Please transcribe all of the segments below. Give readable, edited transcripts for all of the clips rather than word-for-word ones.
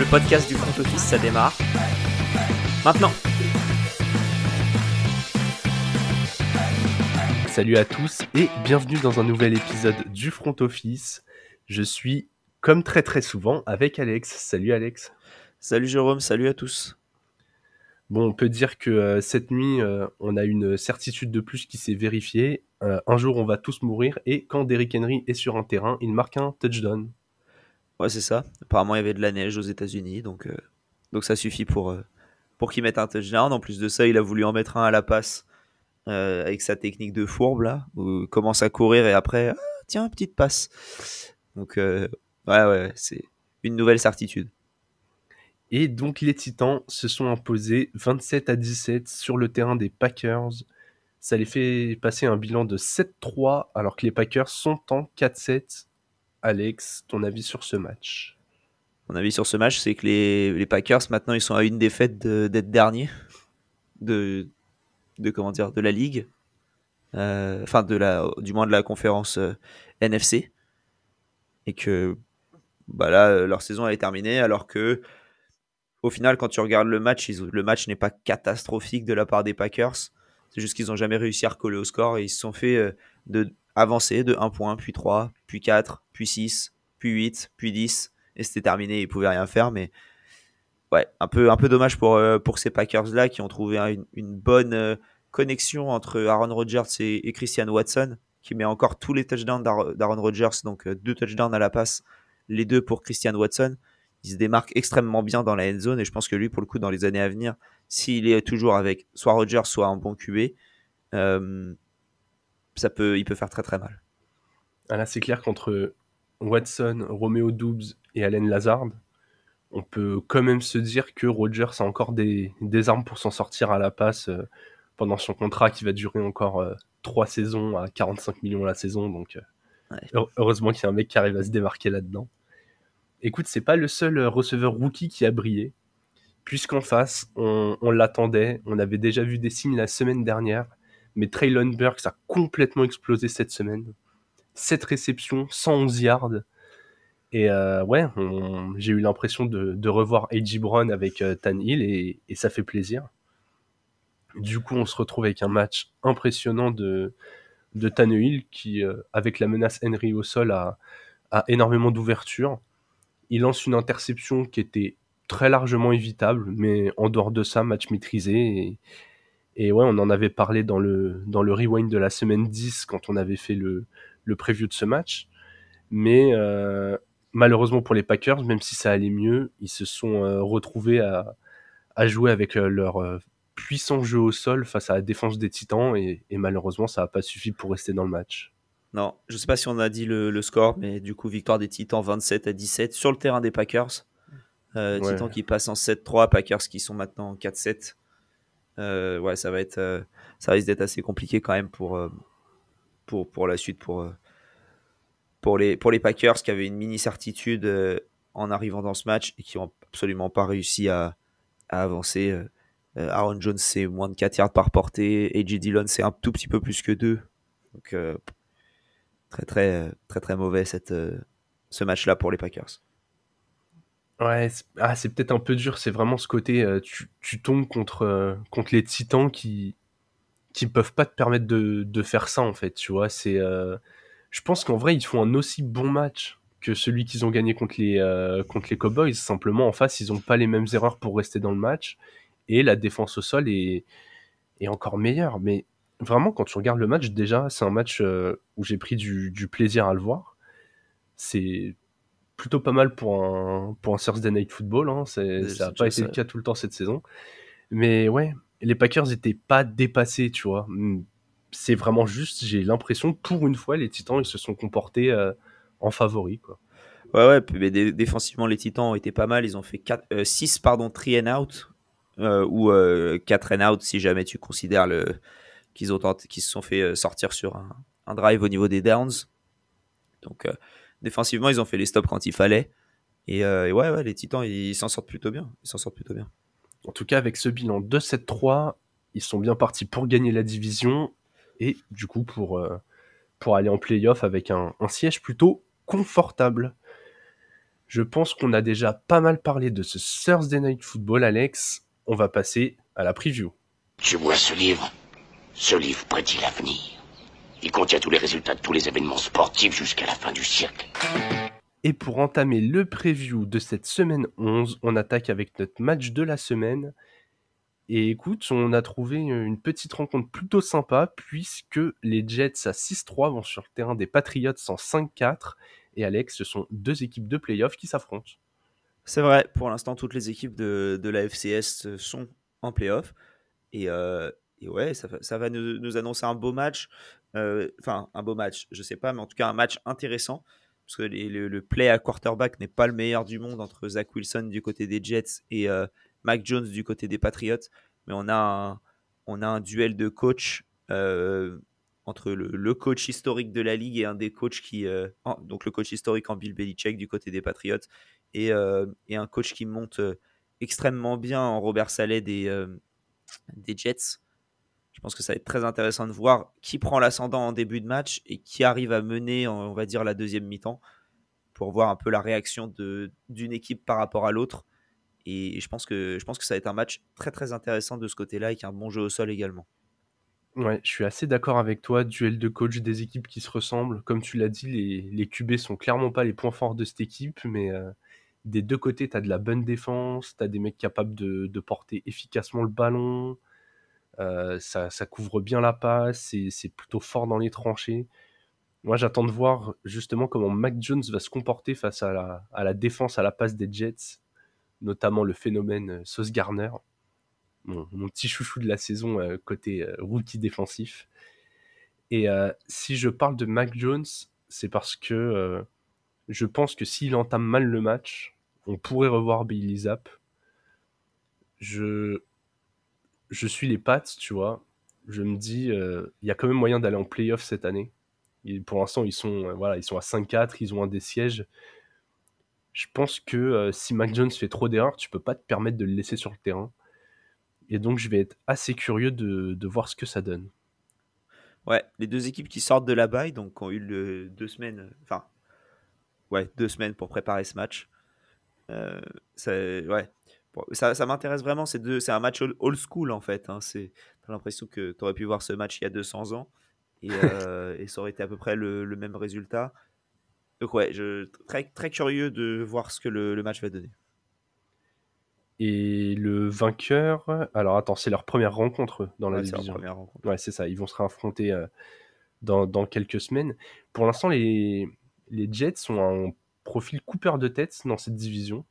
Le podcast du front office, ça démarre maintenant. Salut à tous et bienvenue dans un nouvel épisode du front office. Je suis, comme très souvent, avec Alex. Salut Alex. Salut Jérôme, salut à tous. Bon, on peut dire que cette nuit, on a une certitude de plus qui s'est vérifiée. Un jour, on va tous mourir et quand Derrick Henry est sur un terrain, il marque un touchdown. Ouais, c'est ça. Apparemment, il y avait de la neige aux États-Unis, donc ça suffit pour qu'il mette un touchdown. En plus de ça, il a voulu en mettre un à la passe avec sa technique de fourbe là, où il commence à courir et après, tiens, petite passe. Donc ouais, c'est une nouvelle certitude. Et donc les Titans se sont imposés 27-17 sur le terrain des Packers. Ça les fait passer un bilan de 7-3 alors que les Packers sont en 4-7. Alex, ton avis sur ce match? Mon avis sur ce match, c'est que les Packers maintenant ils sont à une défaite d'être derniers de comment dire, de la ligue, enfin du moins de la conférence NFC, et que bah là leur saison elle est terminée, alors que au final quand tu regardes le match, le match n'est pas catastrophique de la part des Packers. C'est juste qu'ils n'ont jamais réussi à recoller au score et ils se sont fait avancer de 1 point, puis 3, puis 4, puis 6, puis 8, puis 10, et c'était terminé, ils pouvaient rien faire. Mais ouais, un peu dommage pour ces Packers-là qui ont trouvé une bonne connexion entre Aaron Rodgers et Christian Watson, qui met encore tous les touchdowns d'Aaron Rodgers, donc 2 touchdowns à la passe, les 2 pour Christian Watson. Il se démarque extrêmement bien dans la end zone et je pense que lui, pour le coup, dans les années à venir, s'il est toujours avec soit Rodgers, soit un bon QB, il peut faire très mal. Ah là, c'est clair qu'entre Watson, Romeo Doubs et Allen Lazard, on peut quand même se dire que Rodgers a encore des armes pour s'en sortir à la passe pendant son contrat qui va durer encore 3 saisons à 45 millions la saison. Donc heureusement qu'il y a un mec qui arrive à se démarquer là-dedans. Écoute, c'est pas le seul receveur rookie qui a brillé, puisqu'en face, on l'attendait, on avait déjà vu des signes la semaine dernière, mais Treylon Burks a complètement explosé cette semaine. 7 réceptions, 111 yards. Et ouais, j'ai eu l'impression de revoir A.J. Brown avec Tannehill et ça fait plaisir. Du coup, on se retrouve avec un match impressionnant de Tannehill qui, avec la menace Henry au sol, a énormément d'ouverture. Il lance une interception qui était très largement évitable, mais en dehors de ça, match maîtrisé. Et ouais, on en avait parlé dans le rewind de la semaine 10 quand on avait fait le preview de ce match. Mais malheureusement pour les Packers, même si ça allait mieux, ils se sont retrouvés à jouer avec leur puissant jeu au sol face à la défense des Titans et malheureusement ça n'a pas suffi pour rester dans le match. Non, je sais pas si on a dit le score, mais du coup, victoire des Titans 27-17 sur le terrain des Packers. Ouais. Titans qui passent en 7-3, Packers qui sont maintenant en 4-7. Ouais, ça risque d'être assez compliqué quand même pour la suite, pour les Packers qui avaient une mini certitude en arrivant dans ce match et qui n'ont absolument pas réussi à avancer. Aaron Jones, c'est moins de 4 yards par portée. A.J. Dillon, c'est un tout petit peu plus que 2. Donc, très mauvais ce match-là pour les Packers. Ouais, c'est peut-être un peu dur, c'est vraiment ce côté, tu tombes contre les Titans qui peuvent pas te permettre de faire ça en fait, tu vois. Je pense qu'en vrai ils font un aussi bon match que celui qu'ils ont gagné contre les Cowboys. Simplement en face ils ont pas les mêmes erreurs pour rester dans le match et la défense au sol est encore meilleure. Mais vraiment quand tu regardes le match, déjà c'est un match où j'ai pris du plaisir à le voir. C'est plutôt pas mal pour un Thursday Night Football, hein. Ça n'a pas été le cas tout le temps cette saison. Mais ouais, les Packers n'étaient pas dépassés, tu vois. C'est vraiment juste, j'ai l'impression, pour une fois, les Titans, ils se sont comportés en favoris, quoi. Ouais, mais défensivement, les Titans ont été pas mal. Ils ont fait 6 3 and out, ou 4 and out si jamais tu considères qu'ils se sont fait sortir sur un drive au niveau des downs. Donc, défensivement, ils ont fait les stops quand il fallait. Et ouais, les Titans, ils s'en sortent plutôt bien. En tout cas, avec ce bilan de 7-3, ils sont bien partis pour gagner la division et du coup pour aller en play-off avec un siège plutôt confortable. Je pense qu'on a déjà pas mal parlé de ce Thursday Night Football, Alex. On va passer à la preview. Tu vois ce livre? Ce livre prédit l'avenir. Il contient tous les résultats de tous les événements sportifs jusqu'à la fin du siècle. Et pour entamer le preview de cette semaine 11, on attaque avec notre match de la semaine. Et écoute, on a trouvé une petite rencontre plutôt sympa puisque les Jets à 6-3 vont sur le terrain des Patriots en 5-4. Et Alex, ce sont deux équipes de playoffs qui s'affrontent. C'est vrai, pour l'instant, toutes les équipes de la FCS sont en playoff. Et ouais, ça va nous annoncer un beau match. Enfin, un beau match, je sais pas, mais en tout cas, un match intéressant. Parce que le play à quarterback n'est pas le meilleur du monde entre Zach Wilson du côté des Jets et Mac Jones du côté des Patriots. Mais on a un duel de coach entre le coach historique de la ligue et un des coachs donc le coach historique en Bill Belichick du côté des Patriots et un coach qui monte extrêmement bien en Robert Saleh des Jets. Je pense que ça va être très intéressant de voir qui prend l'ascendant en début de match et qui arrive à mener, on va dire, la deuxième mi-temps pour voir un peu la réaction d'une équipe par rapport à l'autre. Et je pense que ça va être un match très très intéressant de ce côté-là avec un bon jeu au sol également. Ouais, je suis assez d'accord avec toi. Duel de coach des équipes qui se ressemblent. Comme tu l'as dit, les QB sont clairement pas les points forts de cette équipe, mais des deux côtés, tu as de la bonne défense, tu as des mecs capables de porter efficacement le ballon, ça couvre bien la passe, c'est plutôt fort dans les tranchées. Moi, j'attends de voir justement comment Mac Jones va se comporter face à la défense, à la passe des Jets, notamment le phénomène Sauce Gardner, mon petit chouchou de la saison côté rookie défensif. Et si je parle de Mac Jones, c'est parce que je pense que s'il entame mal le match, on pourrait revoir Bailey Zapp. Je suis les Pats, tu vois. Je me dis, il y a quand même moyen d'aller en playoff cette année. Et pour l'instant, ils sont à 5-4, ils ont un des sièges. Je pense que si Mac Jones fait trop d'erreurs, tu peux pas te permettre de le laisser sur le terrain. Et donc, je vais être assez curieux de voir ce que ça donne. Ouais, les deux équipes qui sortent de la bye, donc ont eu 2 semaines, enfin, ouais, 2 semaines pour préparer ce match. Ouais. Bon, ça m'intéresse vraiment. C'est un match old school en fait. Hein. T'as l'impression que tu aurais pu voir ce match il y a 200 ans et ça aurait été à peu près le même résultat. Donc ouais, très, très curieux de voir ce que le match va donner. Et le vainqueur, alors attends, c'est leur première rencontre dans la Ouais, c'est leur division. première rencontre. Ouais, c'est ça, ils vont se réaffronter dans quelques semaines. Pour l'instant, les Jets ont un profil coupeur de tête dans cette division.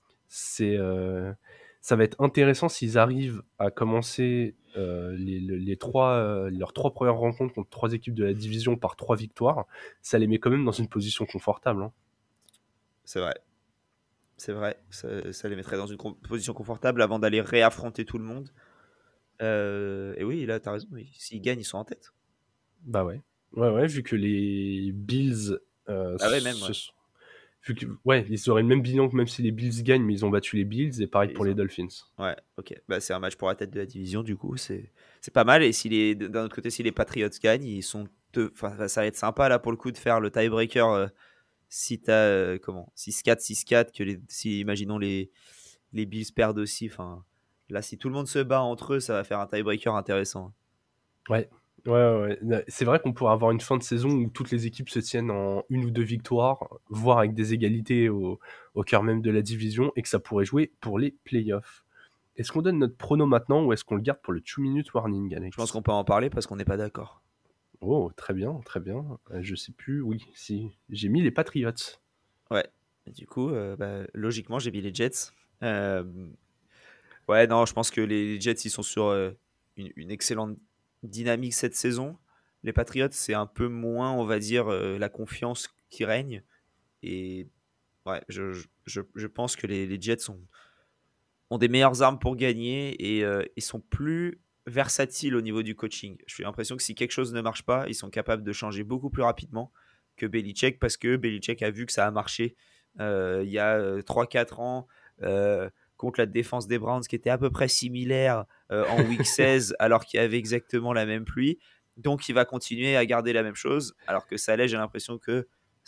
Ça va être intéressant s'ils arrivent à commencer leurs trois premières rencontres contre trois équipes de la division par 3 victoires. Ça les met quand même dans une position confortable. Hein. C'est vrai. C'est vrai. Ça les mettrait dans une position confortable avant d'aller réaffronter tout le monde. Et oui, là, t'as raison. Oui. S'ils gagnent, ils sont en tête. Bah ouais. Ouais, vu que les Bills Ah ouais, même, ouais. Ouais, ils auraient le même bilan que même si les Bills gagnent, mais ils ont battu les Bills, et pareil Et pour les Dolphins. Ouais, ok. Bah, c'est un match pour la tête de la division, du coup, c'est pas mal. Et d'un autre côté, si les Patriots gagnent, enfin, ça va être sympa là pour le coup de faire le tiebreaker si t'as 6-4, 6-4, si imaginons les Bills perdent aussi. Enfin, là, si tout le monde se bat entre eux, ça va faire un tiebreaker intéressant. Ouais. C'est vrai qu'on pourrait avoir une fin de saison où toutes les équipes se tiennent en 1 ou 2 victoires, voire avec des égalités au cœur même de la division, et que ça pourrait jouer pour les playoffs. Est-ce qu'on donne notre prono maintenant ou est-ce qu'on le garde pour le 2-minute warning, Je pense Alex? qu'on peut en parler parce qu'on n'est pas d'accord. Oh, très bien, très bien. Je sais plus, oui, si. J'ai mis les Patriots. Ouais. Et du coup, bah, logiquement, j'ai mis les Jets. Euh, Ouais, non, je pense que les Jets, ils sont sur une excellente dynamique cette saison. Les Patriots, c'est un peu moins, on va dire, la confiance qui règne. Et ouais, je pense que les Jets ont des meilleures armes pour gagner et ils sont plus versatiles au niveau du coaching. J'ai l'impression que si quelque chose ne marche pas, ils sont capables de changer beaucoup plus rapidement que Belichick parce que Belichick a vu que ça a marché il y a 3-4 ans contre la défense des Browns qui était à peu près similaire en week 16 alors qu'il y avait exactement la même pluie. Donc il va continuer à garder la même chose alors que Saleh, j'ai l'impression que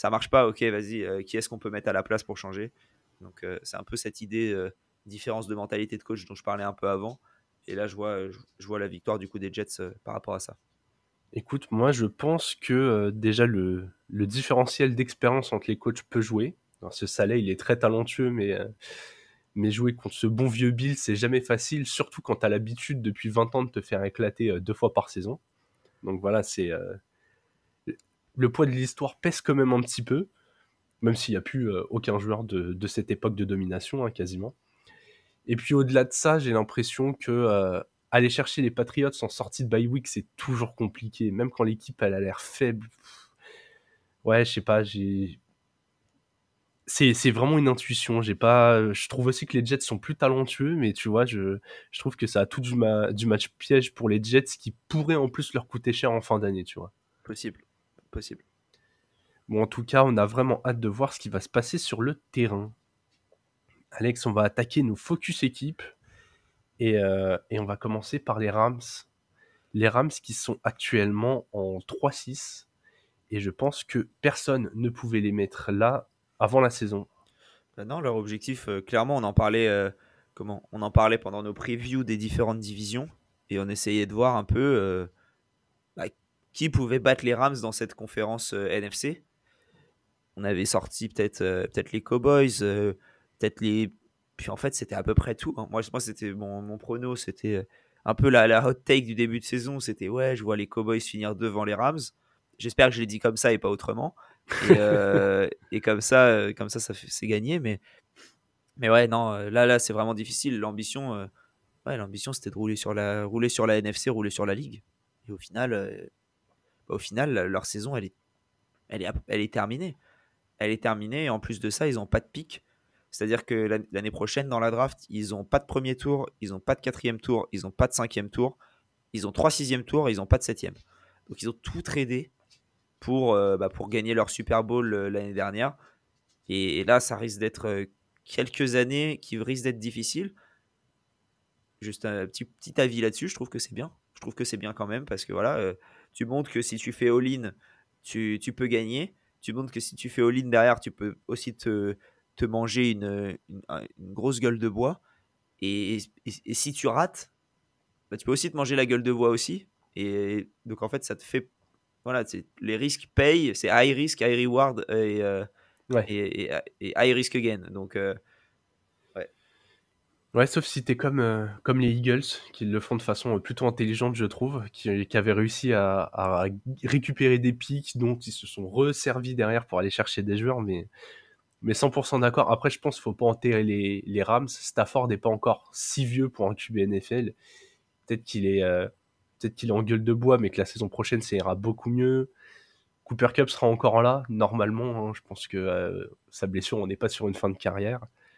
ça marche pas, ok, vas-y, qui est-ce qu'on peut mettre à la place pour changer? Donc c'est un peu cette idée, différence de mentalité de coach dont je parlais un peu avant. Et là, je vois la victoire du coup des Jets par rapport à ça. Écoute, moi je pense que déjà le différentiel d'expérience entre les coachs peut jouer. Alors, ce Saleh, il est très talentueux, mais jouer contre ce bon vieux Bill, c'est jamais facile, surtout quand tu as l'habitude depuis 20 ans de te faire éclater 2 fois par saison. Donc voilà, le poids de l'histoire pèse quand même un petit peu, même s'il n'y a plus aucun joueur de cette époque de domination, hein, quasiment. Et puis au-delà de ça, j'ai l'impression que aller chercher les Patriots en sortie de bye week, c'est toujours compliqué, même quand l'équipe elle a l'air faible. Ouais, je sais pas, c'est vraiment une intuition. Je trouve aussi que les Jets sont plus talentueux, mais tu vois, je trouve que ça a tout du match piège pour les Jets qui pourrait en plus leur coûter cher en fin d'année, tu vois. Possible, possible. Bon, en tout cas, on a vraiment hâte de voir ce qui va se passer sur le terrain. Alex, on va attaquer nos focus équipes et on va commencer par les Rams. Les Rams qui sont actuellement en 3-6 et je pense que personne ne pouvait les mettre là avant la saison. Non, leur objectif, clairement, on en parlait pendant nos previews des différentes divisions et on essayait de voir un peu bah, qui pouvait battre les Rams dans cette conférence NFC. On avait sorti peut-être les Cowboys, peut-être les. Puis en fait, c'était à peu près tout, hein. Moi c'était mon prono, c'était un peu la hot take du début de saison. C'était ouais, je vois les Cowboys finir devant les Rams. J'espère que je l'ai dit comme ça et pas autrement. Et c'est gagné. Mais ouais, non, là, c'est vraiment difficile. L'ambition, c'était de rouler sur la NFC, rouler sur la ligue. Et au final, leur saison, elle est terminée. Elle est terminée. Et en plus de ça, ils n'ont pas de pic. C'est-à-dire que l'année prochaine, dans la draft, ils n'ont pas de premier tour, ils n'ont pas de quatrième tour, ils n'ont pas de cinquième tour, ils ont 3 sixième tours et ils n'ont pas de septième. Donc ils ont tout tradé pour gagner leur Super Bowl l'année dernière. Et là, ça risque d'être quelques années qui risquent d'être difficiles. Juste un petit avis là-dessus, je trouve que c'est bien. Je trouve que c'est bien quand même parce que voilà, tu montres que si tu fais all-in, tu peux gagner. Tu montres que si tu fais all-in derrière, tu peux aussi te manger une grosse gueule de bois. Et si tu rates, bah, tu peux aussi te manger la gueule de bois aussi. Et donc en fait, ça te fait. Voilà, les risques payent. C'est high risk, high reward Ouais. et high risk again. Donc, ouais. Ouais, sauf si t'es comme les Eagles, qui le font de façon plutôt intelligente, je trouve, qui avaient réussi à récupérer des pics dont ils se sont resservis derrière pour aller chercher des joueurs, mais 100% d'accord. Après, je pense qu'il faut pas enterrer les Rams. Stafford n'est pas encore si vieux pour un QB NFL. Peut-être qu'il est, peut-être qu'il est en gueule de bois, mais que la saison prochaine, ça ira beaucoup mieux. Cooper Kupp sera encore là, normalement, hein. Je pense que sa blessure, on n'est pas sur une fin de carrière.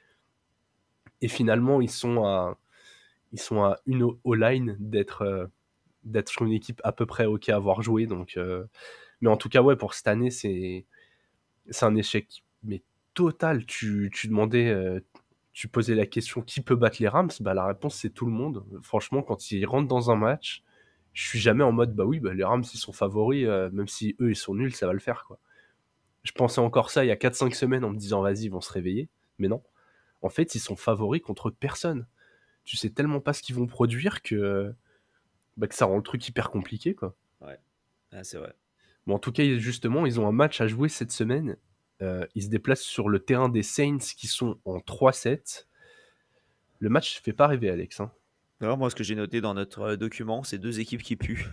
Et finalement, ils sont à une O-line d'être une équipe à peu près OK à avoir joué. Donc, mais en tout cas, ouais, pour cette année, c'est un échec mais total. Tu demandais, tu posais la question qui peut battre les Rams, bah la réponse c'est tout le monde. Franchement, quand ils rentrent dans un match, je suis jamais en mode bah oui, bah les Rams ils sont favoris, même si eux ils sont nuls, ça va le faire quoi. Je pensais encore ça il y a 4-5 semaines en me disant vas-y, ils vont se réveiller, mais non. En fait, ils sont favoris contre personne. Tu sais tellement pas ce qu'ils vont produire que ça rend le truc hyper compliqué quoi. Ouais, ah, c'est vrai. Bon, en tout cas, justement, ils ont un match à jouer cette semaine. Ils se déplacent sur le terrain des Saints qui sont en 3-7. Le match ne fait pas rêver, Alex, hein. Alors, moi, ce que j'ai noté dans notre document, c'est 2 équipes qui puent.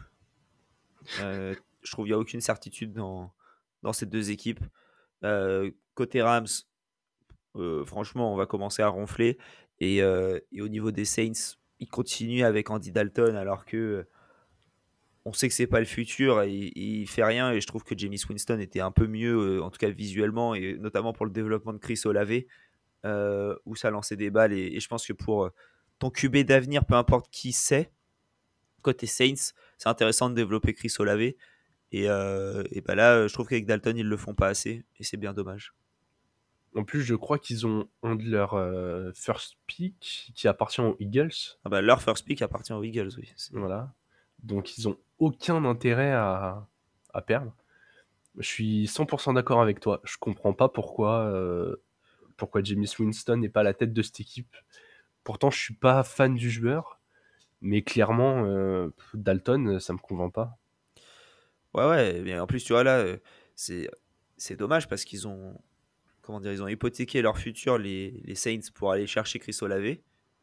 Je trouve qu'il n'y a aucune certitude dans ces 2 équipes. Côté Rams, franchement, on va commencer à ronfler. Et au niveau des Saints, ils continuent avec Andy Dalton alors que on sait que c'est pas le futur et il fait rien. Et je trouve que Jameis Winston était un peu mieux, en tout cas visuellement, et notamment pour le développement de Chris Olave, où ça lançait des balles. Et je pense que pour ton QB d'avenir, peu importe qui c'est, côté Saints, c'est intéressant de développer Chris Olave. Et bah là, je trouve qu'avec Dalton, ils le font pas assez. Et c'est bien dommage. En plus, je crois qu'ils ont un de leurs first pick qui appartient aux Eagles. Ah bah, leur first pick appartient aux Eagles, oui. Voilà. Donc, ils ont aucun intérêt à perdre. Je suis 100% d'accord avec toi. Je comprends pas pourquoi Jameis Winston n'est pas à la tête de cette équipe. Pourtant, je suis pas fan du joueur, mais clairement, Dalton, ça me convainc pas. Ouais, ouais, mais en plus, tu vois, là, c'est, c'est dommage parce qu'ils ont, comment dire, ils ont hypothéqué leur futur, les Saints, pour aller chercher Chris Olave.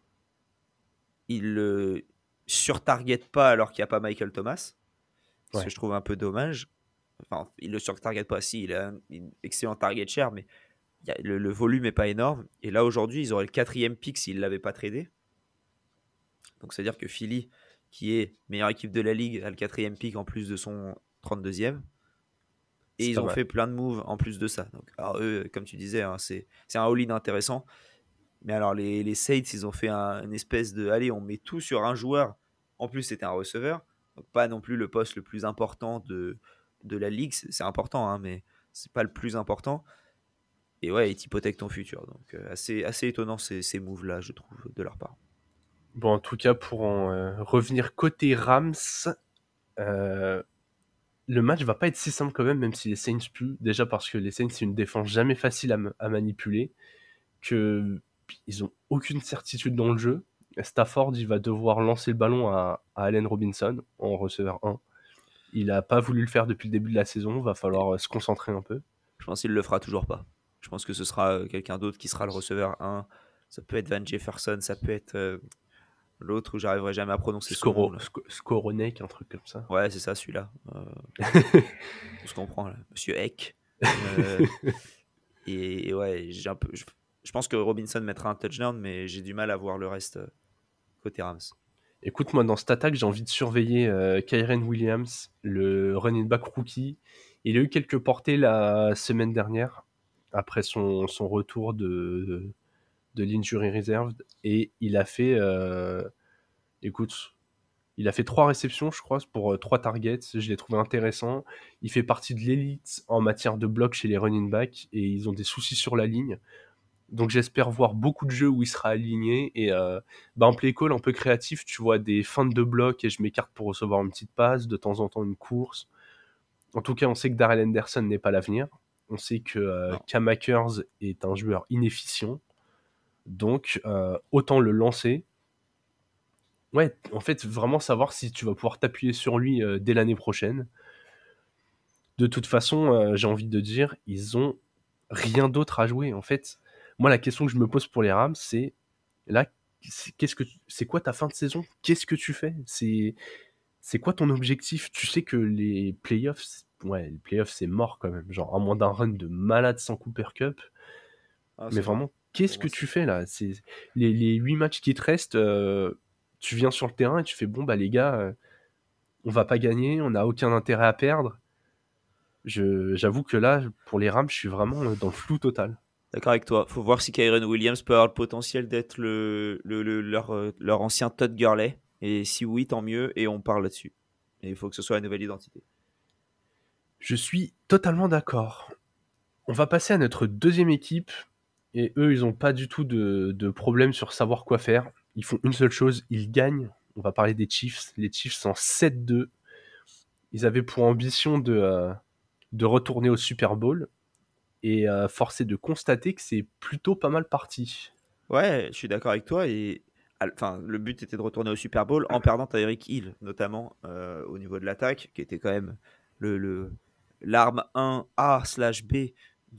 Ils le sur-targetent pas alors qu'il n'y a pas Michael Thomas, ce que Ouais. je trouve un peu dommage. Enfin, ils le sur-targetent pas, si, il a une excellent target share, mais le volume n'est pas énorme. Et là, aujourd'hui, ils auraient le quatrième pick s'ils ne l'avaient pas tradé. Donc, c'est-à-dire que Philly, qui est meilleure équipe de la ligue, a le quatrième pick en plus de son 32e. Et C'est ils pas ont mal. fait plein de moves en plus de ça. Donc, alors eux, comme tu disais, hein, c'est un all-in intéressant. Mais alors, les Saints, ils ont fait une espèce de. Allez, on met tout sur un joueur. En plus, c'était un receveur. Donc, pas non plus le poste le plus important de la ligue. C'est important, hein, mais c'est pas le plus important. Et ouais, ils t'hypothèquent ton futur. Donc, assez étonnant ces moves-là, je trouve, de leur part. Bon, en tout cas, pour en revenir côté Rams, euh, le match va pas être si simple quand même si les Saints puent. Déjà parce que les Saints, c'est une défense jamais facile à manipuler, que ils ont aucune certitude dans le jeu. Stafford, il va devoir lancer le ballon à Allen Robinson en receveur 1. Il a pas voulu le faire depuis le début de la saison, va falloir se concentrer un peu. Je pense qu'il le fera toujours pas. Je pense que ce sera quelqu'un d'autre qui sera le receveur 1. Ça peut être Van Jefferson, ça peut être l'autre où j'arriverai jamais à prononcer son nom. Là. Skoronek, un truc comme ça. Ouais, c'est ça, celui-là. On se comprend, là. Monsieur Eck. Euh, et ouais, je pense que Robinson mettra un touchdown, mais j'ai du mal à voir le reste côté Rams. Écoute, moi, dans cette attaque, j'ai envie de surveiller Kyren Williams, le running back rookie. Il a eu quelques portées la semaine dernière, après son retour de l'injury reserve. Et il a fait, écoute, il a fait 3 réceptions, je crois, pour 3 targets. Je l'ai trouvé intéressant. Il fait partie de l'élite en matière de bloc chez les running backs. Et ils ont des soucis sur la ligne. Donc j'espère voir beaucoup de jeux où il sera aligné. Et en play call un peu créatif, tu vois des feintes de bloc et je m'écarte pour recevoir une petite passe, de temps en temps une course. En tout cas, on sait que Darrell Henderson n'est pas l'avenir. On sait que Non. Cam Akers est un joueur inefficient. Donc autant le lancer. Ouais, en fait, vraiment savoir si tu vas pouvoir t'appuyer sur lui dès l'année prochaine. De toute façon, j'ai envie de dire, ils ont rien d'autre à jouer. En fait, moi, la question que je me pose pour les Rams, c'est là, c'est quoi ta fin de saison? Qu'est-ce que tu fais? C'est quoi ton objectif? Tu sais que les playoffs, c'est mort quand même. Genre, à moins d'un run de malade sans Cooper Cup. Ah, Mais c'est mort. vraiment, qu'est-ce Pour que moi, tu fais là? C'est les 8 matchs qui te restent, tu viens sur le terrain et tu fais bon, bah les gars, on va pas gagner, on n'a aucun intérêt à perdre. J'avoue que là, pour les Rams, je suis vraiment dans le flou total. d'accord avec toi. Faut voir si Kyren Williams peut avoir le potentiel d'être leur ancien Todd Gurley. Et si oui, tant mieux. Et on parle là-dessus. Et il faut que ce soit la nouvelle identité. Je suis totalement d'accord. On va passer à notre deuxième équipe. Et eux, ils n'ont pas du tout de problème sur savoir quoi faire. Ils font une seule chose, ils gagnent. On va parler des Chiefs. Les Chiefs sont 7-2. Ils avaient pour ambition de retourner au Super Bowl. Et force est de constater que c'est plutôt pas mal parti. Ouais, je suis d'accord avec toi. Et enfin, le but était de retourner au Super Bowl en perdant Tyreek Hill, notamment au niveau de l'attaque, qui était quand même le l'arme 1A/B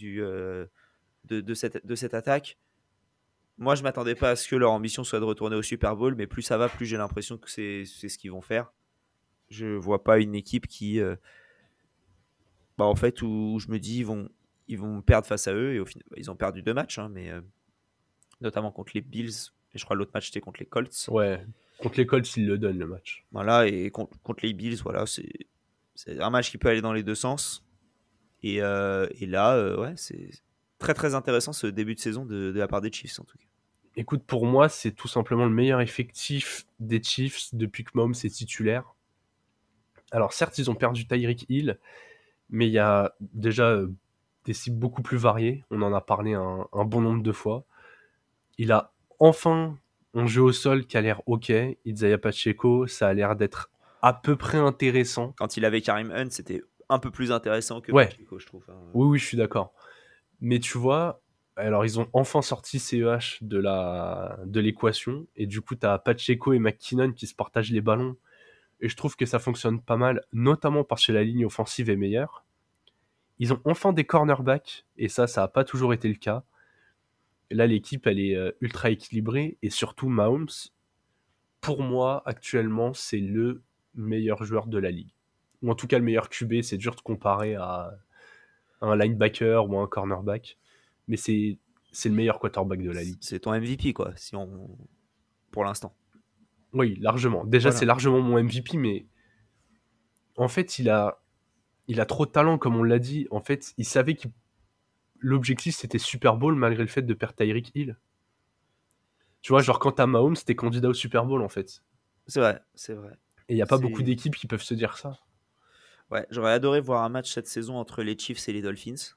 de cette attaque. Moi, je m'attendais pas à ce que leur ambition soit de retourner au Super Bowl, mais plus ça va, plus j'ai l'impression que c'est ce qu'ils vont faire. Je vois pas une équipe qui, en fait, où je me dis ils vont perdre face à eux et au final, ils ont perdu 2 matchs, hein, mais notamment contre les Bills et je crois l'autre match c'était contre les Colts. Ouais, contre les Colts, ils le donnent le match. Voilà, et contre les Bills, voilà, c'est un match qui peut aller dans les deux sens. Et là, ouais, c'est très très intéressant ce début de saison de la part des Chiefs en tout cas. Écoute, pour moi, c'est tout simplement le meilleur effectif des Chiefs depuis que Mahomes est titulaire. Alors certes, ils ont perdu Tyreek Hill, mais il y a déjà des cibles beaucoup plus variées. On en a parlé un bon nombre de fois. Il a enfin un jeu au sol qui a l'air ok. Isaiah Pacheco, ça a l'air d'être à peu près intéressant. Quand il avait Karim Hunt, c'était un peu plus intéressant que Ouais. Pacheco, je trouve. Hein. Oui, je suis d'accord. Mais tu vois, alors ils ont enfin sorti CEH de l'équation, et du coup, t'as Pacheco et McKinnon qui se partagent les ballons, et je trouve que ça fonctionne pas mal, notamment parce que la ligne offensive est meilleure. Ils ont enfin des cornerbacks, et ça a pas toujours été le cas. Et là, l'équipe, elle est ultra équilibrée, et surtout Mahomes, pour moi, actuellement, c'est le meilleur joueur de la ligue. Ou en tout cas, le meilleur QB, c'est dur de comparer à un linebacker ou un cornerback, mais c'est le meilleur quarterback de la ligue. C'est ton MVP, quoi, pour l'instant. Oui, largement. Déjà, Voilà. c'est largement mon MVP, mais en fait, il a trop de talent, comme on l'a dit. En fait, il savait que l'objectif, c'était Super Bowl, malgré le fait de perdre Tyreek Hill. Tu vois, genre, quand t'as Mahomes, t'es candidat au Super Bowl, en fait. C'est vrai, c'est vrai. Et il n'y a pas beaucoup d'équipes qui peuvent se dire ça. Ouais, j'aurais adoré voir un match cette saison entre les Chiefs et les Dolphins.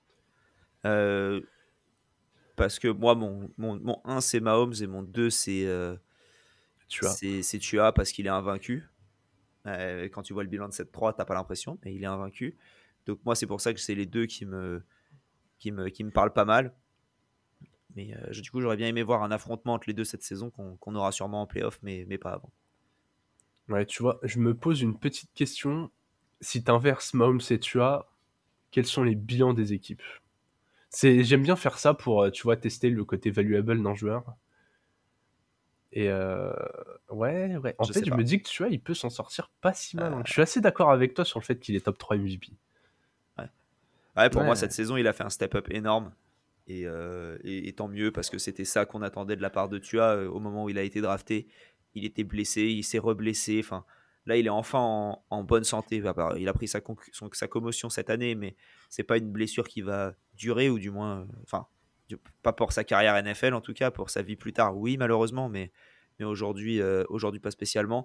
Parce que moi, mon 1, c'est Mahomes et mon 2, Tu vois. c'est Tua parce qu'il est invaincu. Quand tu vois le bilan de 7-3, t'as pas l'impression, mais il est invaincu. Donc moi, c'est pour ça que c'est les deux qui me parlent pas mal. Mais du coup, j'aurais bien aimé voir un affrontement entre les deux cette saison qu'on aura sûrement en playoff, mais pas avant. Ouais, tu vois, je me pose une petite question. Si t'inverses Mahomes et Tua, quels sont les bilans des équipes? J'aime bien faire ça pour, tu vois, tester le côté valuable d'un joueur. Et ouais. En Je fait, sais je pas. me dis que tu vois, il peut s'en sortir pas si mal. Hein. Je suis assez d'accord avec toi sur le fait qu'il est top 3 MVP. Ouais, pour moi, Ouais, cette saison, il a fait un step-up énorme. Et tant mieux, parce que c'était ça qu'on attendait de la part de Tua au moment où il a été drafté. Il était blessé, il s'est reblessé. Enfin, là, il est enfin en bonne santé. Il a pris sa commotion cette année, mais c'est pas une blessure qui va durer, ou du moins, enfin, pas pour sa carrière NFL en tout cas, pour sa vie plus tard, oui, malheureusement, mais aujourd'hui pas spécialement.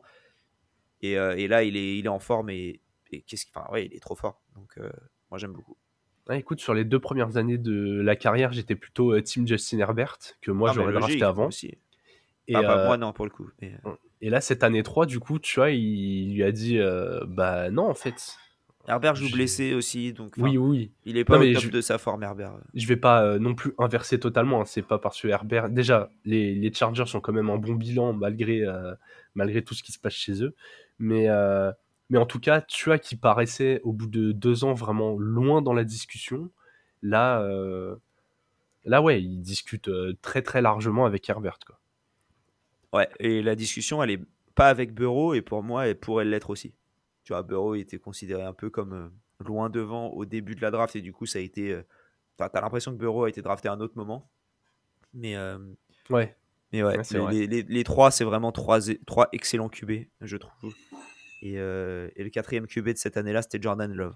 Et là, il est en forme et enfin, ouais, il est trop fort. Donc, moi, j'aime beaucoup. ouais, écoute, sur les 2 premières années de la carrière, j'étais plutôt team Justin Herbert, que moi Non, mais j'aurais drafté logique, moi avant. aussi. Et, Pas moi, non, pour le coup. Mais, et là, cette année 3, du coup, tu vois, il lui a dit bah non, en fait. Herbert joue J'ai- blessé aussi, donc Oui, enfin, oui. il est Non, pas au mais top de sa forme, Herbert. je vais pas non plus inverser totalement. Hein. C'est pas parce que Herbert. Déjà, les Chargers sont quand même un bon bilan malgré tout ce qui se passe chez eux. Mais, euh, mais en tout cas, tu vois, qui paraissait au bout de 2 ans vraiment loin dans la discussion. Là, ouais, il discute très très largement avec Herbert. Quoi. Ouais, et la discussion, elle est pas avec Burrow, et pour moi, elle pourrait l'être aussi. Tu vois, Burrow était considéré un peu comme loin devant au début de la draft, et du coup, ça a été. T'as l'impression que Burrow a été drafté à un autre moment. Mais, euh, Ouais, mais ouais, ouais c'est vrai. les trois, c'est vraiment trois excellents QB, je trouve. Et le quatrième QB de cette année-là, c'était Jordan Love.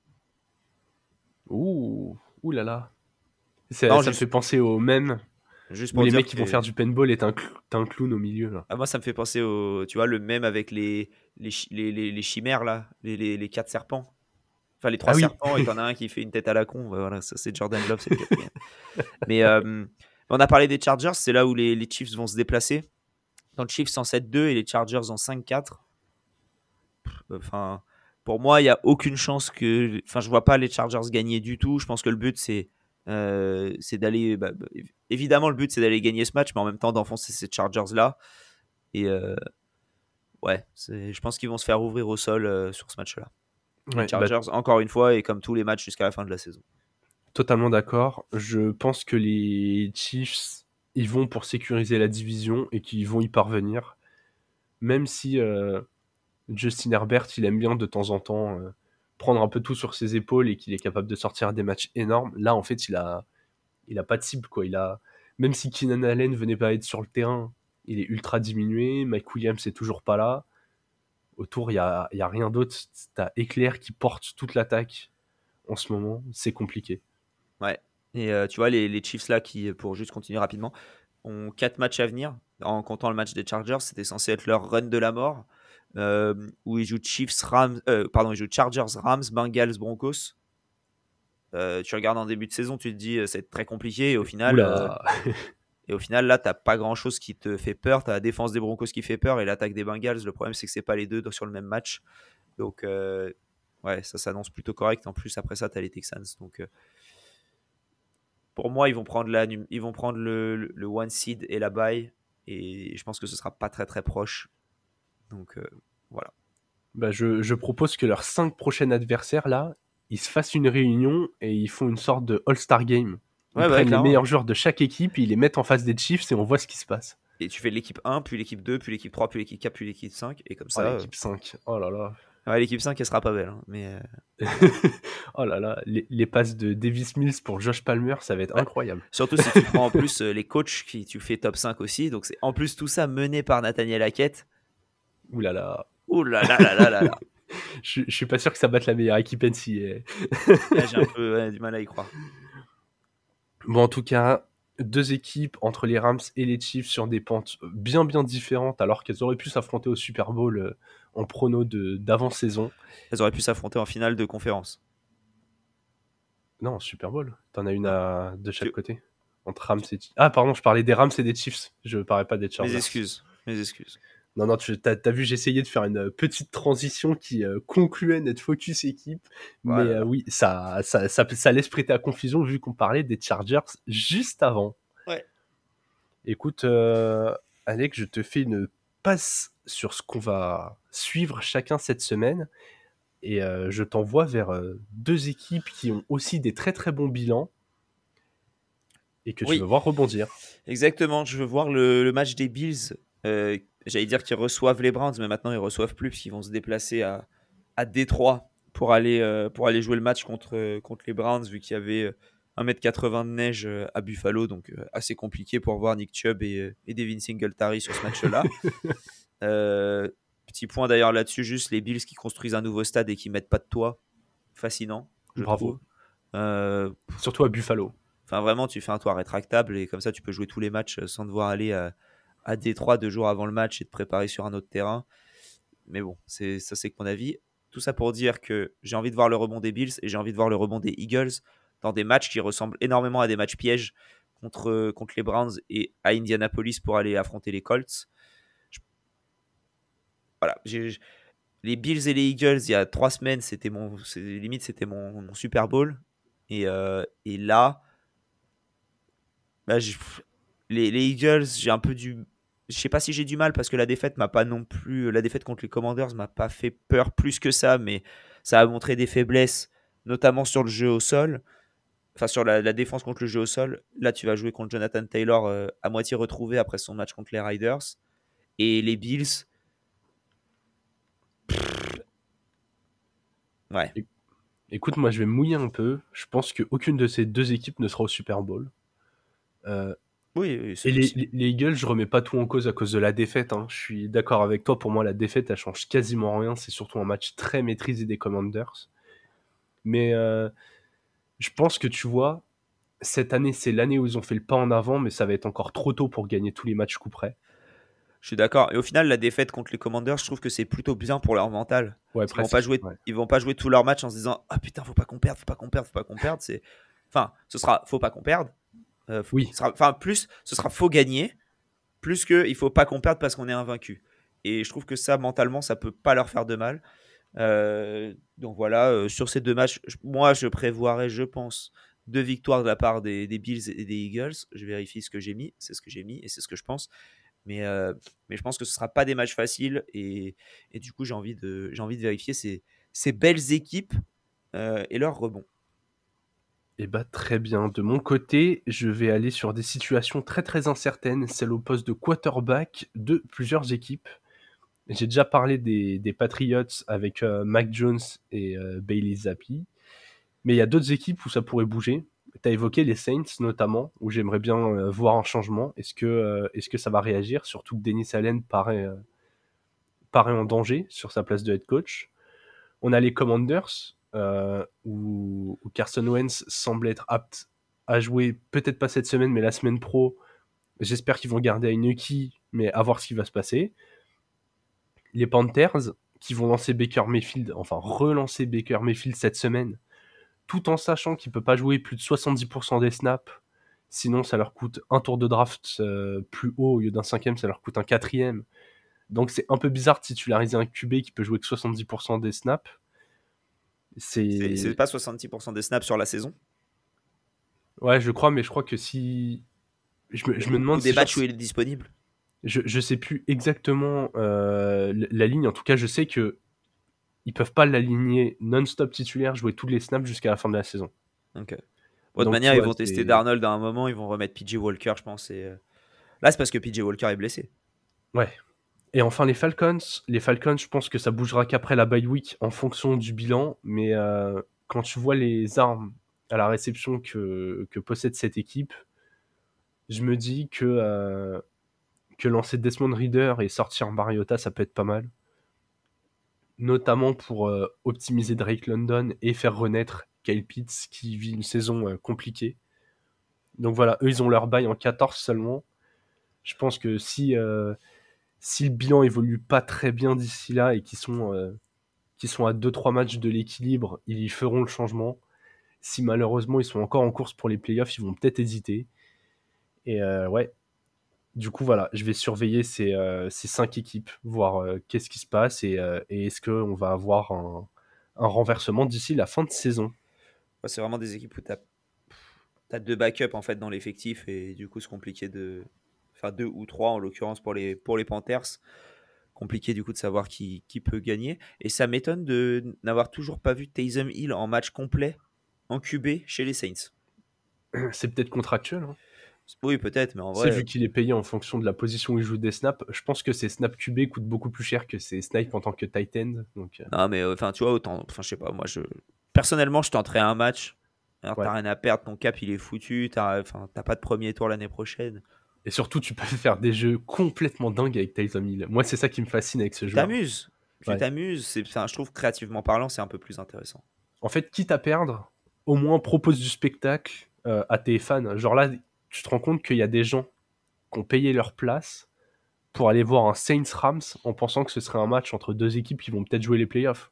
Ouh là là. Non, Ça me fait penser au même juste où pour les dire mecs qui vont faire que. du paintball et t'as un clown au milieu. Là. Ah, moi, ça me fait penser tu vois, le même avec les chimères, là, les quatre serpents. Enfin, les trois Ah oui, serpents, et t'en as un qui fait une tête à la con. Voilà, ça, c'est Jordan Love, c'est le quatrième. Mais on a parlé des Chargers, c'est là où les Chiefs vont se déplacer. Dans le Chiefs en 7-2 et les Chargers en 5-4. Enfin, pour moi, il n'y a aucune chance que. Enfin, je vois pas les Chargers gagner du tout. Je pense que le but, c'est d'aller. Évidemment, le but, c'est d'aller gagner ce match, mais en même temps, d'enfoncer ces Chargers-là. Et ouais, je pense qu'ils vont se faire ouvrir au sol sur ce match-là. Les ouais, bah, Chargers, encore une fois, et comme tous les matchs jusqu'à la fin de la saison. totalement d'accord. Je pense que les Chiefs, ils vont pour sécuriser la division et qu'ils vont y parvenir. Même si Justin Herbert, il aime bien de temps en temps prendre un peu tout sur ses épaules et qu'il est capable de sortir des matchs énormes. Là, en fait, il a pas de cible. Quoi. Même si Keenan Allen venait pas être sur le terrain, il est ultra diminué. Mike Williams est toujours pas là. Autour, il y a rien d'autre. T'as Eclair qui porte toute l'attaque en ce moment. C'est compliqué. Ouais. Et tu vois, les Chiefs là, qui, pour juste continuer rapidement, ont 4 matchs à venir. En comptant le match des Chargers, c'était censé être leur run de la mort. Où ils jouent ils jouent Chargers, Rams, Bengals, Broncos. Tu regardes en début de saison, tu te dis c'est très compliqué. Oula. Et au final, là, t'as pas grand chose qui te fait peur. T'as la défense des Broncos qui fait peur et l'attaque des Bengals. Le problème, c'est que c'est pas les deux sur le même match. Donc, ouais, ça s'annonce plutôt correct. En plus, après ça, tu as les Texans. Donc, pour moi, ils vont prendre, le one seed et la bye. Et je pense que ce sera pas très très proche. Donc, voilà. Bah, je propose que leurs 5 prochains adversaires, là, ils se fassent une réunion et ils font une sorte de All-Star Game. Ils Ouais, prennent les clairement. meilleurs joueurs de chaque équipe, ils les mettent en face des Chiefs et on voit ce qui se passe. Et tu fais l'équipe 1, puis l'équipe 2, puis l'équipe 3, puis l'équipe 4, puis l'équipe 5. Et comme Oh, ça. l'équipe 5. Oh là là. Ouais, l'équipe 5, elle sera pas belle. Hein, mais. Oh là là. Les passes de Davis Mills pour Josh Palmer, ça va être Ouais. incroyable. Surtout si tu prends en plus les coachs qui tu fais top 5 aussi. Donc, c'est en plus tout ça mené par Nathaniel Hackett. Ouh là là. Ouh là là là là là là. Je suis pas sûr que ça batte la meilleure équipe NCAA. Là, j'ai un peu du mal à y croire. Bon, en tout cas, 2 équipes entre les Rams et les Chiefs sur des pentes bien différentes, alors qu'elles auraient pu s'affronter au Super Bowl en prono d'avant-saison. Elles auraient pu s'affronter en finale de conférence. Non, Super Bowl. T'en as une de chaque côté. Entre Rams et Chiefs. Ah, pardon, je parlais des Rams et des Chiefs. Je parlais pas des Chargers. Mes excuses. Non, t'as vu, j'essayais de faire une petite transition qui concluait notre focus équipe. Voilà. Mais oui, ça laisse prêter à confusion vu qu'on parlait des Chargers juste avant. Ouais. Écoute, Alex, je te fais une passe sur ce qu'on va suivre chacun cette semaine. Et je t'envoie vers 2 équipes qui ont aussi des très très bons bilans. Et que tu veux voir rebondir. Exactement, je veux voir le match des Bills. J'allais dire qu'ils reçoivent les Browns, mais maintenant ils reçoivent plus puisqu'ils vont se déplacer à Détroit pour aller jouer le match contre les Browns, vu qu'il y avait 1,80 m de neige à Buffalo, donc assez compliqué pour voir Nick Chubb et Devin Singletary sur ce match-là. Petit point d'ailleurs là-dessus, juste les Bills qui construisent un nouveau stade et qui mettent pas de toit. Fascinant, je Bravo. trouve. Surtout à Buffalo. Enfin, vraiment, tu fais un toit rétractable et comme ça, tu peux jouer tous les matchs sans devoir aller à Détroit 2 jours avant le match et te préparer sur un autre terrain. Mais bon, ça, c'est que mon avis. Tout ça pour dire que j'ai envie de voir le rebond des Bills et j'ai envie de voir le rebond des Eagles dans des matchs qui ressemblent énormément à des matchs pièges contre les Browns et à Indianapolis pour aller affronter les Colts. Voilà, les Bills et les Eagles, il y a 3 semaines, c'était mon Super Bowl. Et là, bah, les Eagles, j'ai un peu du. Je sais pas si j'ai du mal parce que la défaite m'a pas non plus. La défaite contre les Commanders m'a pas fait peur plus que ça, mais ça a montré des faiblesses, notamment sur le jeu au sol. Enfin, sur la défense contre le jeu au sol. Là, tu vas jouer contre Jonathan Taylor à moitié retrouvé après son match contre les Riders. Et les Bills. Ouais. Écoute, moi je vais me mouiller un peu. Je pense qu'aucune de ces 2 équipes ne sera au Super Bowl. Oui, c'est et possible. les Eagles, je remets pas tout en cause à cause de la défaite. Hein. Je suis d'accord avec toi. Pour moi, la défaite, elle change quasiment rien. C'est surtout un match très maîtrisé des Commanders. Mais je pense que tu vois, cette année, c'est l'année où ils ont fait le pas en avant, mais ça va être encore trop tôt pour gagner tous les matchs coup près. Je suis d'accord. Et au final, la défaite contre les Commanders, je trouve que c'est plutôt bien pour leur mental. Ouais, Ils vont pas jouer, ouais. ils vont pas jouer tout leur match en se disant ah putain, faut pas qu'on perde. C'est, enfin, ce sera faut pas qu'on perde. Oui. Ce sera faut gagner, plus que il faut pas qu'on perde parce qu'on est invaincu. Et je trouve que ça, mentalement, ça peut pas leur faire de mal. Donc voilà, sur ces 2 matchs, moi je prévoirais, je pense, 2 victoires de la part des Bills et des Eagles. Je vérifie ce que j'ai mis, c'est ce que j'ai mis et c'est ce que je pense. Mais je pense que ce ne sera pas des matchs faciles et du coup j'ai envie de vérifier ces belles équipes et leurs rebonds. Eh bah, très bien. De mon côté, je vais aller sur des situations très très incertaines, celle au poste de quarterback de plusieurs équipes. J'ai déjà parlé des Patriots avec Mac Jones et Bailey Zappi, mais il y a d'autres équipes où ça pourrait bouger. Tu as évoqué les Saints notamment, où j'aimerais bien voir un changement. Est-ce que ça va réagir, surtout que Dennis Allen paraît en danger sur sa place de head coach. On a les Commanders, où Carson Wentz semble être apte à jouer, peut-être pas cette semaine, mais la semaine pro. J'espère qu'ils vont garder Heinicke, mais à voir ce qui va se passer. Les Panthers, qui vont relancer Baker Mayfield cette semaine, tout en sachant qu'il peut pas jouer plus de 70% des snaps, sinon ça leur coûte un tour de draft plus haut, au lieu d'un 5e, ça leur coûte un 4e. Donc c'est un peu bizarre de titulariser un QB qui peut jouer que 70% des snaps. C'est pas 66% des snaps sur la saison. Ouais, je crois, mais je crois que si... Je me demande Ou des si... matchs où il est disponible. Je sais plus exactement la ligne. En tout cas, je sais que ils peuvent pas l'aligner non-stop titulaire, jouer tous les snaps jusqu'à la fin de la saison. Ok. De toute Donc, manière, tu ils vois, vont tester Darnold à un moment, ils vont remettre PJ Walker, je pense. Là, c'est parce que PJ Walker est blessé. Ouais. Et enfin, les Falcons, je pense que ça bougera qu'après la bye week en fonction du bilan. Mais quand tu vois les armes à la réception que possède cette équipe, je me dis que lancer Desmond Reader et sortir Mariota, ça peut être pas mal. Notamment pour optimiser Drake London et faire renaître Kyle Pitts qui vit une saison compliquée. Donc voilà, eux ils ont leur bye en 14 seulement. Je pense que si le bilan évolue pas très bien d'ici là et qu'ils sont à 2-3 matchs de l'équilibre, ils y feront le changement. Si malheureusement ils sont encore en course pour les playoffs, ils vont peut-être hésiter. Et ouais, du coup voilà, je vais surveiller ces 5 équipes, voir qu'est-ce qui se passe et est-ce qu'on va avoir un renversement d'ici la fin de saison. Ouais, c'est vraiment des équipes où t'as 2 backups en fait dans l'effectif et du coup c'est compliqué de... Enfin 2 ou 3 en l'occurrence pour les Panthers. Compliqué du coup de savoir qui peut gagner. Et ça m'étonne de n'avoir toujours pas vu Taysom Hill en match complet en QB chez les Saints. C'est peut-être contractuel. Hein. Oui, peut-être, mais en C'est vrai. vu qu'il est payé en fonction de la position où il joue des snaps. Je pense que ses snaps QB coûtent beaucoup plus cher que ses snipes en tant que tight end. Donc, Non, mais enfin, tu vois, autant. Enfin, je sais pas, moi, personnellement, je tenterais un match. Alors, ouais. t'as rien à perdre, ton cap, il est foutu. T'as pas de premier tour l'année prochaine. Et surtout, tu peux faire des jeux complètement dingues avec Taysom Hill. Moi, c'est ça qui me fascine avec ce joueur. T'amuses. Tu t'amuses. Je trouve, créativement parlant, c'est un peu plus intéressant. En fait, quitte à perdre, au moins propose du spectacle à tes fans. Genre là, tu te rends compte qu'il y a des gens qui ont payé leur place pour aller voir un Saints-Rams en pensant que ce serait un match entre deux équipes qui vont peut-être jouer les playoffs.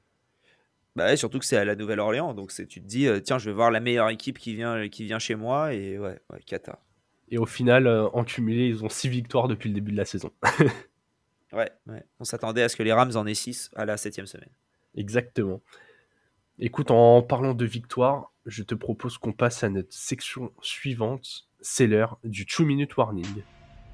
Bah ouais, surtout que c'est à la Nouvelle-Orléans. Donc, tu te dis, tiens, je vais voir la meilleure équipe qui vient chez moi. Et ouais, cata. Et au final, en cumulé, ils ont 6 victoires depuis le début de la saison. Ouais. On s'attendait à ce que les Rams en aient 6 à la 7e semaine. Exactement. Écoute, en parlant de victoire, je te propose qu'on passe à notre section suivante. C'est l'heure du 2-minute warning.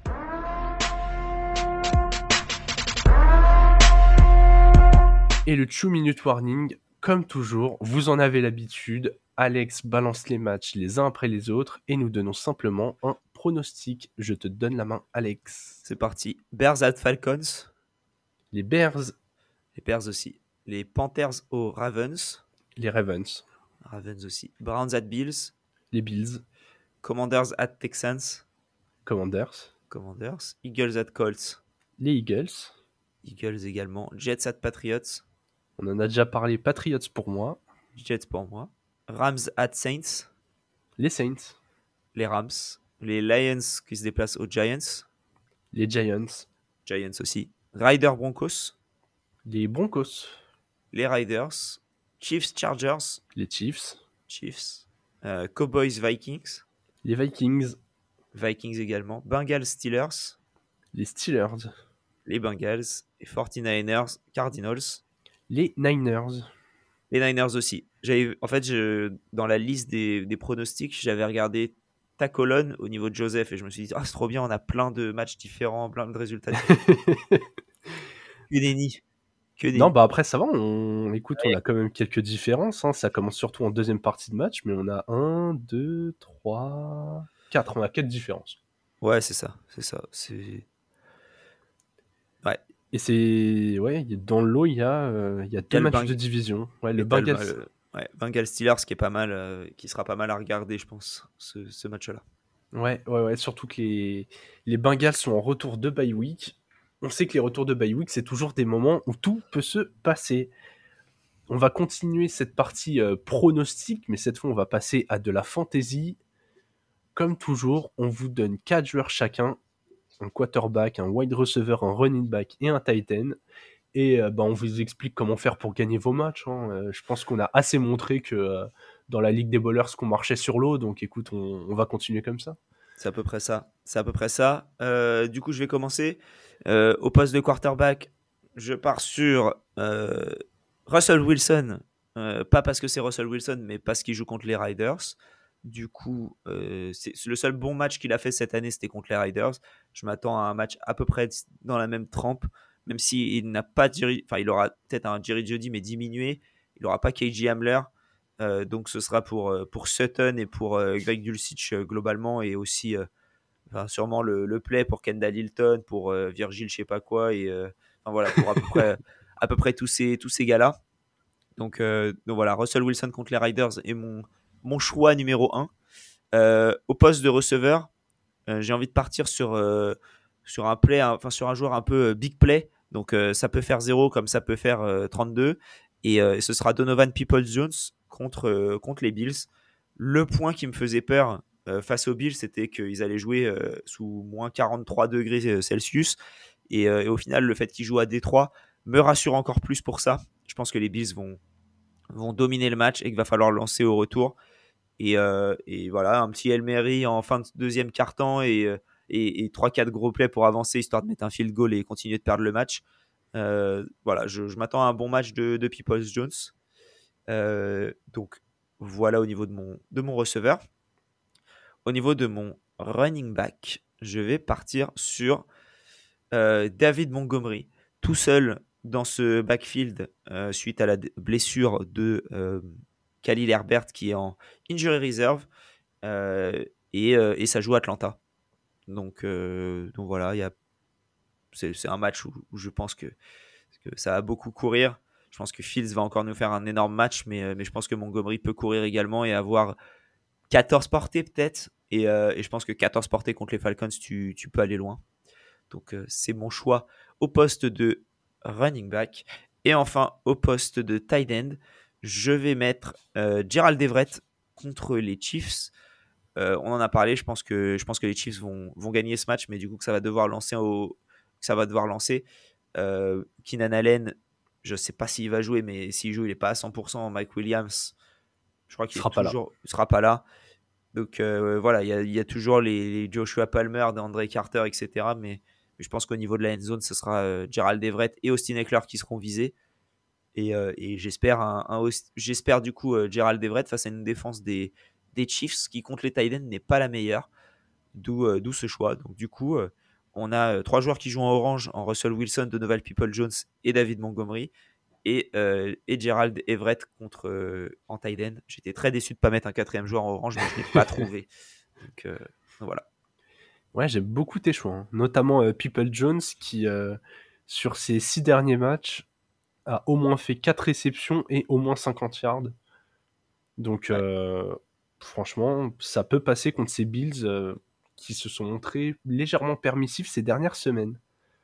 Et le 2-minute warning, comme toujours, vous en avez l'habitude. Alex balance les matchs les uns après les autres et nous donnons simplement un pronostic. Je te donne la main, Alex. C'est parti. Bears at Falcons. Les Bears. Les Bears aussi. Les Panthers aux Ravens. Les Ravens. Ravens aussi. Browns at Bills. Les Bills. Commanders at Texans. Commanders. Eagles at Colts. Les Eagles. Eagles également. Jets at Patriots. On en a déjà parlé. Patriots pour moi. Jets pour moi. Rams at Saints. Les Saints. Les Rams. Les Lions qui se déplacent aux Giants. Les Giants. Giants aussi. Riders Broncos. Les Broncos. Les Riders. Chiefs Chargers. Les Chiefs. Cowboys Vikings. Les Vikings. Vikings également. Bengals Steelers. Les Steelers. Les Bengals. Et 49ers Cardinals. Les Niners. Les Niners aussi. Dans la liste des pronostics, j'avais regardé ta colonne au niveau de Joseph et je me suis dit, c'est trop bien, on a plein de matchs différents, plein de résultats différents. Que nenni. Non, bah après, ça va. On a quand même quelques différences. Hein. Ça commence surtout en deuxième partie de match, mais on a 1, 2, 3, 4. On a 4 différences. Ouais, c'est ça. Ouais. Et c'est. Ouais, dans le lot, il y a 2 matchs de division. Ouais, le Bengals. Bengals Steelers qui est pas mal, qui sera pas mal à regarder, je pense, ce match-là. Ouais. Surtout que les Bengals sont en retour de bye week. On sait que les retours de bye week, c'est toujours des moments où tout peut se passer. On va continuer cette partie pronostic, mais cette fois, on va passer à de la fantasy. Comme toujours, on vous donne 4 joueurs chacun. Un quarterback, un wide receiver, un running back et un tight end. Et on vous explique comment faire pour gagner vos matchs. Hein. Je pense qu'on a assez montré que dans la Ligue des Bowlers, qu'on marchait sur l'eau. Donc écoute, on va continuer comme ça. C'est à peu près ça. Du coup, je vais commencer. Au poste de quarterback, je pars sur Russell Wilson Pas parce que c'est Russell Wilson, mais parce qu'il joue contre les Riders. Du coup, c'est le seul bon match qu'il a fait cette année, c'était contre les Riders. Je m'attends à un match à peu près dans la même trempe, même s'il n'a pas enfin, il aura peut-être un Jerry Jeudy, mais diminué. Il n'aura pas KJ Hamler. Donc ce sera pour Sutton et pour Greg Dulcich globalement, et aussi enfin, sûrement le play pour Kendall Hilton, pour Virgil, je sais pas quoi, et enfin, voilà, pour à peu près tous ces gars-là. Donc voilà, Russell Wilson contre les Riders est mon choix numéro 1. Au poste de receveur, j'ai envie de partir sur un play, enfin sur un joueur un peu big play. Donc ça peut faire 0 comme ça peut faire 32. Et ce sera Donovan Peoples-Jones contre les Bills. Le point qui me faisait peur face aux Bills, c'était qu'ils allaient jouer sous moins 43 degrés Celsius. Et au final, le fait qu'ils jouent à Détroit me rassure encore plus pour ça. Je pense que les Bills vont dominer le match et qu'il va falloir lancer au retour. Et voilà, un petit Hail Mary en fin de deuxième quart-temps et 3-4 gros plays pour avancer, histoire de mettre un field goal et continuer de perdre le match. Voilà, je m'attends à un bon match de Peoples-Jones. Donc voilà au niveau de mon receveur. Au niveau de mon running back, je vais partir sur David Montgomery, tout seul dans ce backfield suite à la blessure de Khalil Herbert qui est en injury reserve, et ça joue Atlanta. Donc voilà, c'est un match où je pense que ça va beaucoup courir. Je pense que Fields va encore nous faire un énorme match, mais je pense que Montgomery peut courir également et avoir 14 portées peut-être. Et je pense que 14 portées contre les Falcons, tu peux aller loin. Donc c'est mon choix au poste de running back. Et enfin, au poste de tight end, je vais mettre Gerald Everett contre les Chiefs. On en a parlé, je pense que les Chiefs vont gagner ce match, mais du coup que ça va devoir lancer. Keenan Allen, je ne sais pas s'il va jouer, mais s'il joue, il n'est pas à 100%. Mike Williams, je crois qu'il sera pas là. Donc voilà, il y a toujours les Joshua Palmer, André Carter, etc. Mais je pense qu'au niveau de la end zone, ce sera Gerald Everett et Austin Eckler qui seront visés. Et j'espère du coup Gerald Everett face à une défense des Chiefs qui contre les Titans n'est pas la meilleure. D'où ce choix. Donc du coup, on a 3 joueurs qui jouent en orange, en Russell Wilson, Donovan Peoples-Jones et David Montgomery. Et Gerald Everett en tight end. J'étais très déçu de ne pas mettre un 4e joueur en orange, mais je ne l'ai pas trouvé. Donc voilà. Ouais, j'aime beaucoup tes choix, hein. Notamment Peoples-Jones qui, sur ses 6 derniers matchs, a au moins fait 4 réceptions et au moins 50 yards. Donc franchement, ça peut passer contre ces Bills qui se sont montrés légèrement permissifs ces dernières semaines.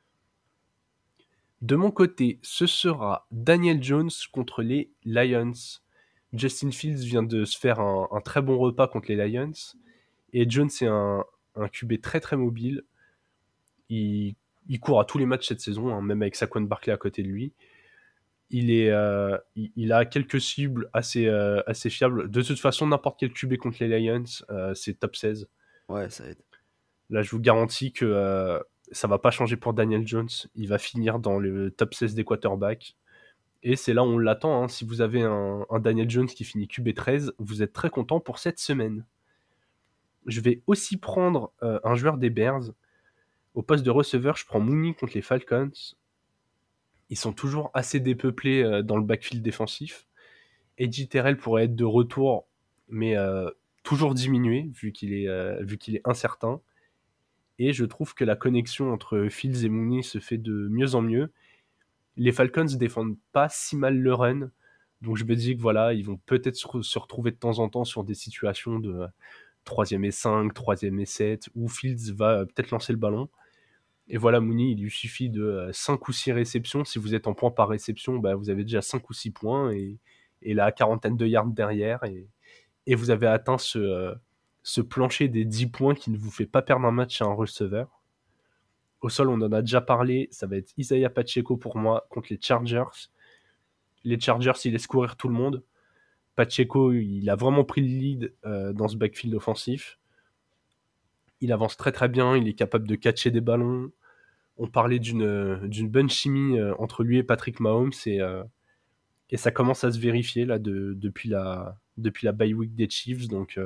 De mon côté, ce sera Daniel Jones contre les Lions. Justin Fields vient de se faire un très bon repas contre les Lions. Et Jones est un QB très très mobile. Il court à tous les matchs cette saison, hein, même avec Saquon Barkley à côté de lui. Il a quelques cibles assez fiables. De toute façon, n'importe quel QB contre les Lions, c'est top 16. Ouais, ça aide. Là, je vous garantis que ça va pas changer pour Daniel Jones. Il va finir dans le top 16 des quarterbacks. Et c'est là où on l'attend, hein. Si vous avez un Daniel Jones qui finit QB13, vous êtes très content pour cette semaine. Je vais aussi prendre un joueur des Bears. Au poste de receveur, je prends Mooney contre les Falcons. Ils sont toujours assez dépeuplés dans le backfield défensif. Edgy Terrell pourrait être de retour, mais toujours diminué, vu qu'il est incertain. Et je trouve que la connexion entre Fields et Mooney se fait de mieux en mieux. Les Falcons ne défendent pas si mal le run. Donc je me dis que voilà, ils vont peut-être se retrouver de temps en temps sur des situations de 3e et 5, 3e et 7, où Fields va peut-être lancer le ballon. Et voilà, Mooney, il lui suffit de 5 ou 6 réceptions. Si vous êtes en points par réception, bah, vous avez déjà 5 ou 6 points et la quarantaine de yards derrière. Et vous avez atteint ce plancher des 10 points qui ne vous fait pas perdre un match à un receveur. Au sol, on en a déjà parlé. Ça va être Isaiah Pacheco pour moi contre les Chargers. Les Chargers, ils laissent courir tout le monde. Pacheco, il a vraiment pris le lead dans ce backfield offensif. Il avance très très bien. Il est capable de catcher des ballons. On parlait d'une bonne chimie entre lui et Patrick Mahomes. Et ça commence à se vérifier là depuis la bye week des Chiefs. Donc,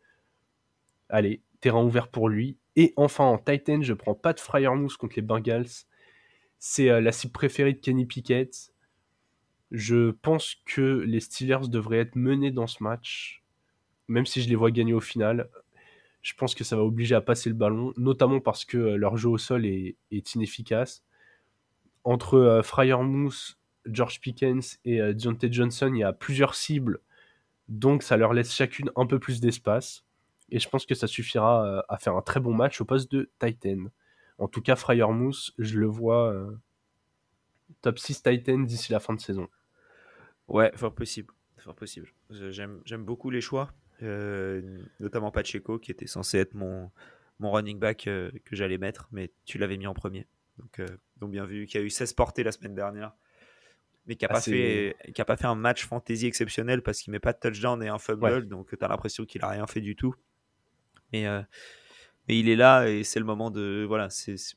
allez, terrain ouvert pour lui. Et enfin, en Titan, je prends Pat Freiermuth contre les Bengals. C'est la cible préférée de Kenny Pickett. Je pense que les Steelers devraient être menés dans ce match, même si je les vois gagner au final. Je pense que ça va obliger à passer le ballon, notamment parce que leur jeu au sol est inefficace. Entre Freiermuth, George Pickens et Deontay Johnson, il y a plusieurs cibles, donc ça leur laisse chacune un peu plus d'espace. Et je pense que ça suffira à faire un très bon match au poste de Titan. En tout cas, Freiermuth, je le vois top 6 Titan d'ici la fin de saison. Ouais, fort possible. Fort possible. J'aime beaucoup les choix, notamment Pacheco, qui était censé être mon running back que j'allais mettre, mais tu l'avais mis en premier. Donc bien vu, qui a eu 16 portées la semaine dernière, mais qui n'a pas fait un match fantasy exceptionnel parce qu'il met pas de touchdown et un fumble, Ouais. donc tu as l'impression qu'il a rien fait du tout. Mais il est là et c'est le moment de... Voilà, c'était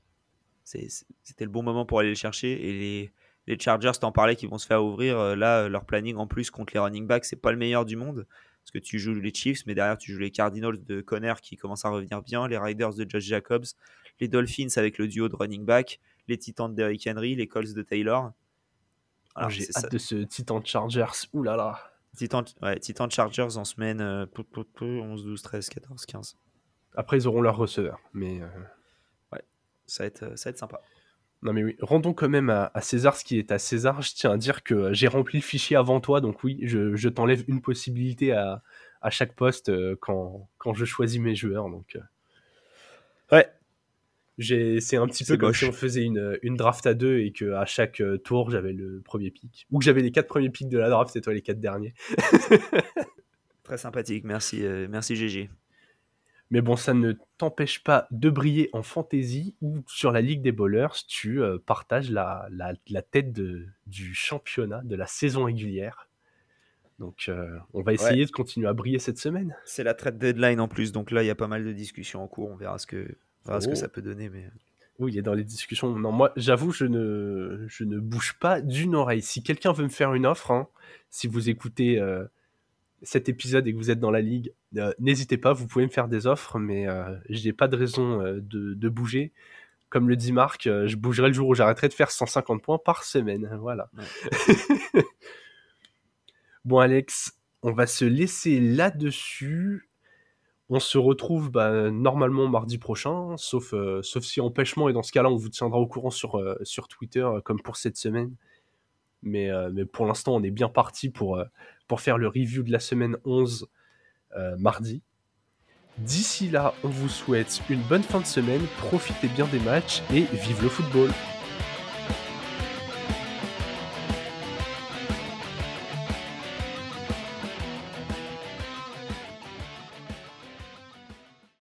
le bon moment pour aller le chercher. Et les Chargers, t'en parlais, qui vont se faire ouvrir. Là, leur planning en plus contre les running backs, c'est pas le meilleur du monde. Parce que tu joues les Chiefs, mais derrière, tu joues les Cardinals de Conner qui commencent à revenir bien, les Riders de Josh Jacobs, les Dolphins avec le duo de running back, les Titans de Derrick Henry, les Colts de Taylor. Alors, j'ai hâte de ce Titan Chargers. Ouh là là. Titans Chargers en semaine 11, 12, 13, 14, 15. Après, ils auront leur receveur, mais... Ouais, ça va être sympa. Non mais oui, rendons quand même à César ce qui est à César. Je tiens à dire que j'ai rempli le fichier avant toi, donc oui, je t'enlève une possibilité à chaque poste quand je choisis mes joueurs. Donc, ouais, c'est un petit peu comme si on faisait une draft à deux et qu'à chaque tour, j'avais le premier pick. Ou que j'avais les 4 premiers picks de la draft et toi les 4 derniers. Très sympathique, merci GG. Mais bon, ça ne t'empêche pas de briller en fantasy ou sur la Ligue des Bowlers, tu partages la tête du championnat de la saison régulière. Donc, on va essayer de continuer à briller cette semaine. C'est la trade deadline en plus, donc là, il y a pas mal de discussions en cours. On verra ce que ça peut donner. Mais... Oui, il est dans les discussions. Non, moi, j'avoue, je ne bouge pas d'une oreille. Si quelqu'un veut me faire une offre, hein, si vous écoutez... cet épisode et que vous êtes dans la ligue, n'hésitez pas, vous pouvez me faire des offres, mais je n'ai pas de raison de bouger. Comme le dit Marc, je bougerai le jour où j'arrêterai de faire 150 points par semaine. Voilà. Ouais. Bon, Alex, on va se laisser là-dessus. On se retrouve normalement mardi prochain, sauf si empêchement, et dans ce cas-là, on vous tiendra au courant sur Twitter, comme pour cette semaine. Mais pour l'instant, on est bien parti pour faire le review de la semaine 11 mardi. D'ici là, on vous souhaite une bonne fin de semaine, profitez bien des matchs et vive le football!